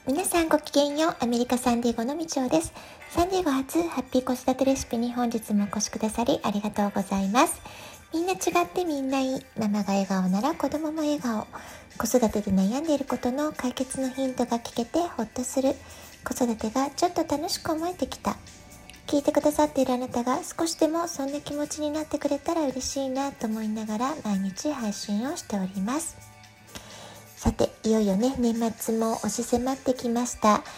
皆さんごきげんよう。アメリカサンディエゴのみちおです。サンディエゴ初ハッピー子育てレシピに本日もお越しくださりありがとうございます。みんな違ってみんないい。ママが笑顔なら子供も笑顔。子育てで悩んでいることの解決のヒントが聞けてほっとする。子育てがちょっと楽しく思えてきた。聞いてくださっているあなたが少しでもそんな気持ちになってくれたら嬉しいなと思いながら毎日配信をしております。さて、いよいよね、年末も押し迫ってきました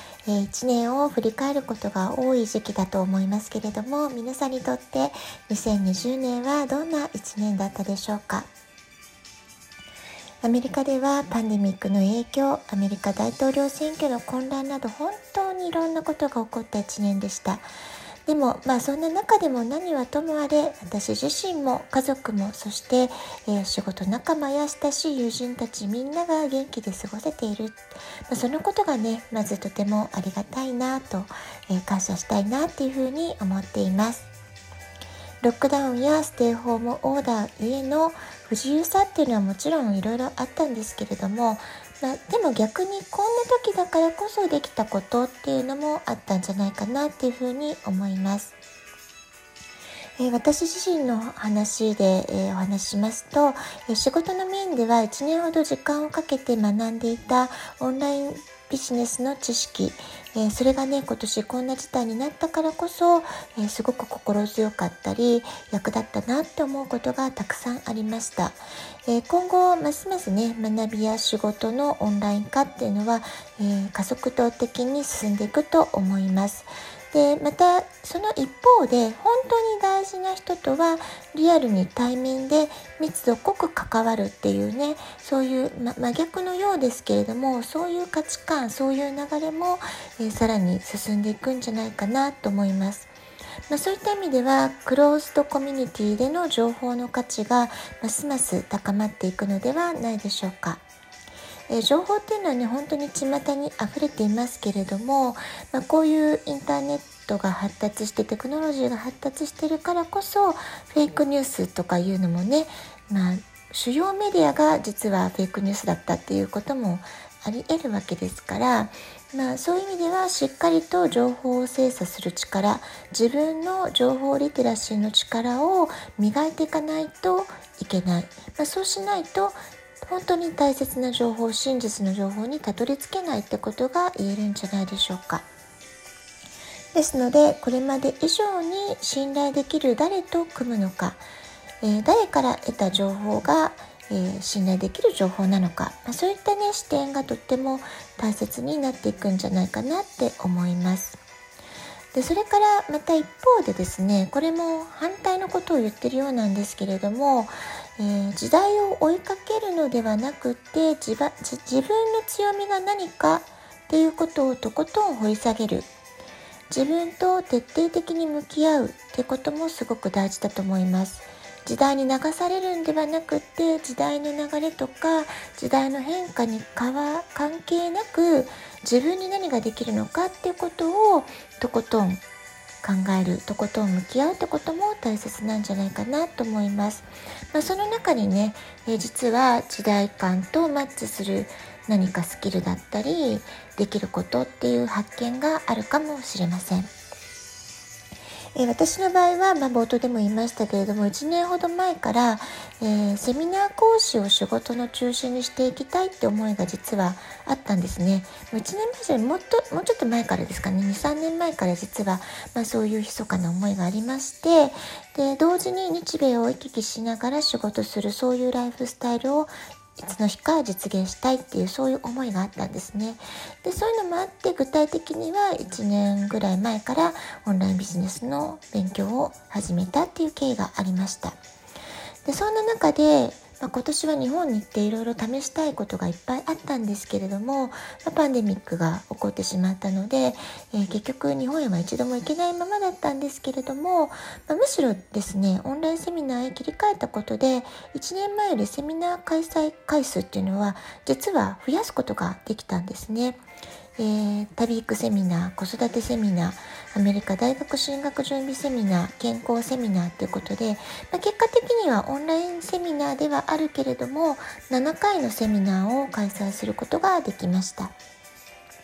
。1年を振り返ることが多い時期だと思いますけれども、皆さんにとって2020年はどんな1年だったでしょうか。アメリカではパンデミックの影響、アメリカ大統領選挙の混乱など本当にいろんなことが起こった1年でした。でもそんな中でも何はともあれ、私自身も家族もそして、仕事仲間や親しい友人たちみんなが元気で過ごせている、そのことがねまずとてもありがたいなと、感謝したいなっていうふうに思っています。ロックダウンやステイホームオーダーゆえの不自由さっていうのはもちろんいろいろあったんですけれども、でも逆にこんな時だからこそできたことっていうのもあったんじゃないかなっていうふうに思います。私自身の話で、お話ししますと、仕事の面では1年ほど時間をかけて学んでいたオンラインビジネスの知識、それがね今年こんな事態になったからこそ、すごく心強かったり役立ったなって思うことがたくさんありました。今後ますますね学びや仕事のオンライン化っていうのは、加速度的に進んでいくと思います。でまたその一方で本当に大事な人とはリアルに対面で密度濃く関わるっていうね、そういう、真逆のようですけれども、そういう価値観、そういう流れも、さらに進んでいくんじゃないかなと思います。そういった意味ではクローズドコミュニティでの情報の価値がますます高まっていくのではないでしょうか。情報っていうのはね本当に巷に溢れていますけれども、こういうインターネットが発達してテクノロジーが発達しているからこそフェイクニュースとかいうのもね、主要メディアが実はフェイクニュースだったっていうこともあり得るわけですから、そういう意味ではしっかりと情報を精査する力、自分の情報リテラシーの力を磨いていかないといけない。そうしないと本当に大切な情報、真実の情報にたどり着けないってことが言えるんじゃないでしょうか。ですのでこれまで以上に信頼できる誰と組むのか、誰から得た情報が、信頼できる情報なのか、そういったね視点がとっても大切になっていくんじゃないかなって思います。でそれからまた一方でですね、これも反対のことを言ってるようなんですけれども、時代を追いかけるのではなくて自分の強みが何かっていうことをとことん掘り下げる、自分と徹底的に向き合うってこともすごく大事だと思います。時代に流されるんではなくて、時代の流れとか時代の変化に関係なく自分に何ができるのかっていうことをとことん考える、とことん向き合うってことも大切なんじゃないかなと思います。その中にね、実は時代感とマッチする何かスキルだったりできることっていう発見があるかもしれません。私の場合は、冒頭でも言いましたけれども1年ほど前から、セミナー講師を仕事の中心にしていきたいって思いが実はあったんですね。1年前じゃもうちょっと前からですかね、2、3年前から実は、そういう密かな思いがありまして、で同時に日米を行き来しながら仕事するそういうライフスタイルをいつの日か実現したいっていうそういう思いがあったんですね。でそういうのもあって具体的には1年ぐらい前からオンラインビジネスの勉強を始めたっていう経緯がありました。でそんな中で、今年は日本に行っていろいろ試したいことがいっぱいあったんですけれども、パンデミックが起こってしまったので、結局日本へは一度も行けないままだったんですけれども、むしろですねオンラインセミナーへ切り替えたことで1年前よりセミナー開催回数っていうのは実は増やすことができたんですね。旅育セミナー、子育てセミナー、アメリカ大学進学準備セミナー、健康セミナーということで、結果的にはオンラインセミナーではあるけれども7回のセミナーを開催することができました。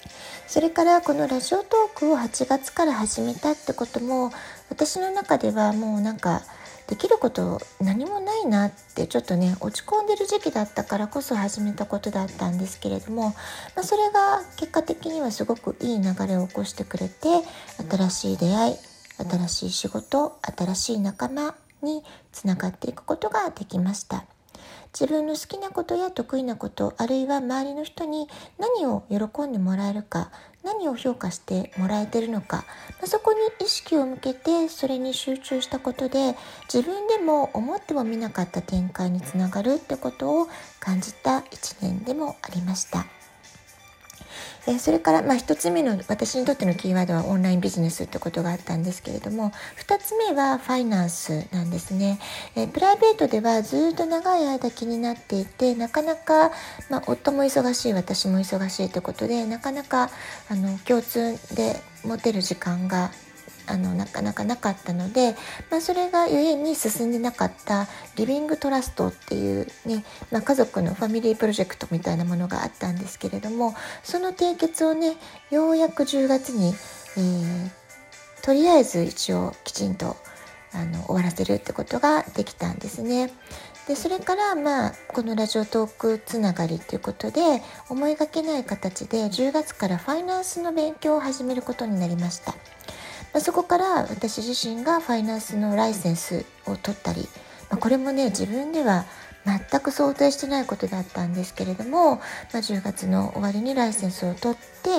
それからこのラジオトークを8月から始めたってことも、私の中ではもうできること何もないなってちょっとね落ち込んでる時期だったからこそ始めたことだったんですけれども、それが結果的にはすごくいい流れを起こしてくれて、新しい出会い、新しい仕事、新しい仲間につながっていくことができました。自分の好きなことや得意なこと、あるいは周りの人に何を喜んでもらえるか、何を評価してもらえてるのか、そこに意識を向けてそれに集中したことで、自分でも思ってもみなかった展開につながるってことを感じた1年でもありました。それから一つ目の私にとってのキーワードはオンラインビジネスってことがあったんですけれども、二つ目はファイナンスなんですね。プライベートではずっと長い間気になっていて、なかなか、夫も忙しい、私も忙しいということで、なかなか共通で持てる時間がなかなかなかったので、それがゆえに進んでなかったリビングトラストっていうね、家族のファミリープロジェクトみたいなものがあったんですけれども、その締結をね、ようやく10月に、とりあえず一応きちんと終わらせるってことができたんですね。でそれからこのラジオトークつながりということで、思いがけない形で10月からファイナンスの勉強を始めることになりました。そこから私自身がファイナンスのライセンスを取ったり、これもね自分では全く想定してないことだったんですけれども、10月の終わりにライセンスを取って、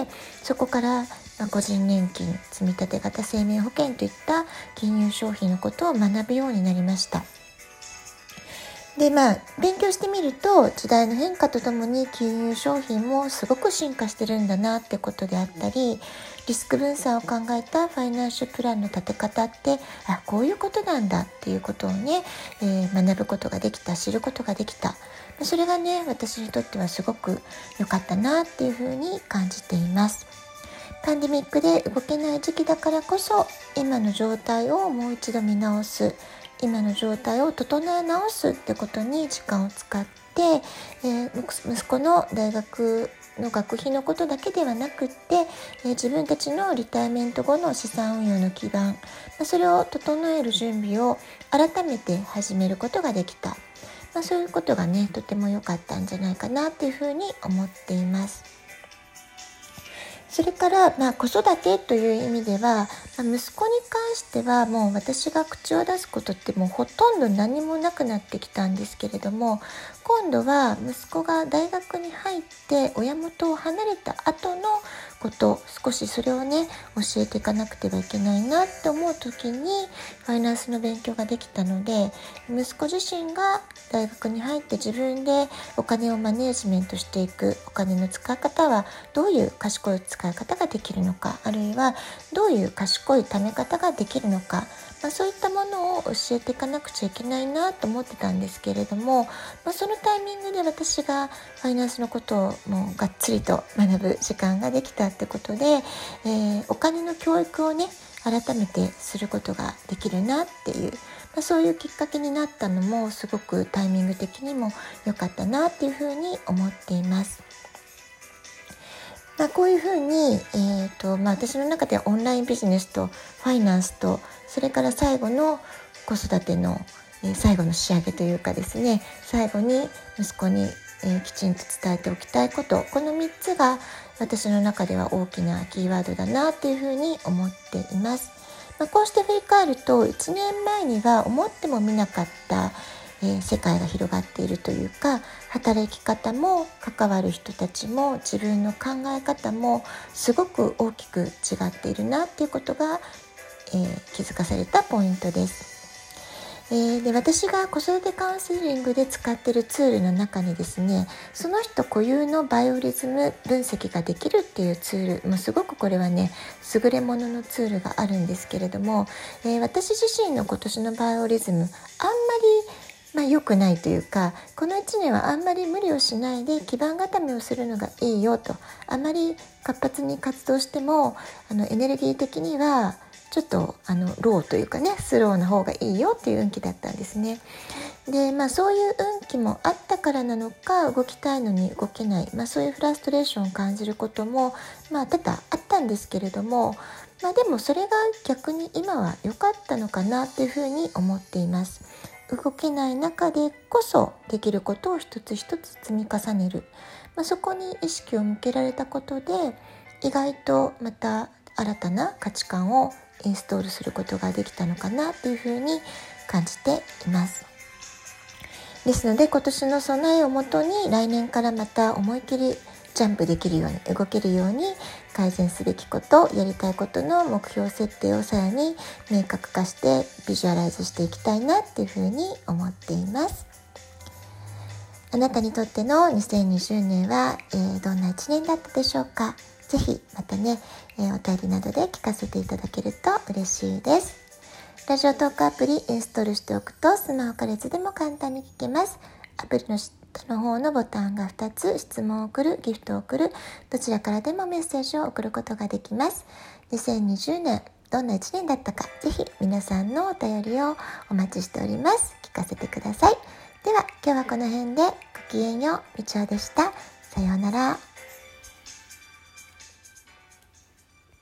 そこから個人年金、積立型生命保険といった金融商品のことを学ぶようになりました。で勉強してみると、時代の変化とともに金融商品もすごく進化してるんだなってことであったり、リスク分散を考えたファイナンシャルプランの立て方ってこういうことなんだっていうことをね、学ぶことができた、知ることができた。それがね私にとってはすごく良かったなっていうふうに感じています。パンデミックで動けない時期だからこそ、今の状態をもう一度見直す、今の状態を整え直すってことに時間を使って、息子の大学の学費のことだけではなくって、自分たちのリタイアメント後の資産運用の基盤、それを整える準備を改めて始めることができた。そういうことがねとても良かったんじゃないかなっていうふうに思っています。それから子育てという意味では、息子に関してはもう私が口を出すことってもうほとんど何もなくなってきたんですけれども、今度は息子が大学に入って親元を離れた後のこと、少しそれをね教えていかなくてはいけないなって思う時にファイナンスの勉強ができたので、息子自身が大学に入って自分でお金をマネージメントしていく、お金の使い方はどういう賢い使い方ができるのか、あるいはどういう賢い貯め方ができるのか、そういったものを教えていかなくちゃいけないなと思ってたんですけれども、そのタイミングで私がファイナンスのことをもうがっつりと学ぶ時間ができたってことで、お金の教育をね改めてすることができるなっていう、そういうきっかけになったのもすごくタイミング的にも良かったなっていうふうに思っています。こういうふうに、私の中ではオンラインビジネスとファイナンスと、それから最後の子育ての、最後の仕上げというかですね、最後に息子に、きちんと伝えておきたいこと、この3つが私の中では大きなキーワードだなというふうに思っています。こうして振り返ると、1年前には思ってもみなかった世界が広がっているというか、働き方も関わる人たちも自分の考え方もすごく大きく違っているなっていうことが、気づかされたポイントです。で私が子育てカウンセリングで使っているツールの中にですね、その人固有のバイオリズム分析ができるっていうツール、もうすごくこれはね優れもののツールがあるんですけれども、私自身の今年のバイオリズムあんまり良くないというか、この1年はあんまり無理をしないで基盤固めをするのがいいよと、あまり活発に活動してもエネルギー的にはちょっとローというかね、スローな方がいいよっていう運気だったんですね。 で、そういう運気もあったからなのか、動きたいのに動けない、そういうフラストレーションを感じることも、多々あったんですけれども、でもそれが逆に今は良かったのかなというふうに思っています。動けない中でこそできることを一つ一つ積み重ねる、そこに意識を向けられたことで、意外とまた新たな価値観をインストールすることができたのかなというふうに感じています。ですので、今年の備えをもとに来年からまた思い切りジャンプできるように、動けるように、改善すべきこと、やりたいことの目標設定をさらに明確化してビジュアライズしていきたいなっていうふうに思っています。あなたにとっての2020年は、どんな1年だったでしょうか。ぜひまたね、お便りなどで聞かせていただけると嬉しいです。ラジオトークアプリインストールしておくと、スマホからいつでも簡単に聞けます。アプリの下の方のボタンが2つ、質問を送る、ギフトを送る、どちらからでもメッセージを送ることができます。2020年どんな1年だったか、ぜひ皆さんのお便りをお待ちしております。聞かせてください。では今日はこの辺で、ごきげんよう。みちおでした。さようなら。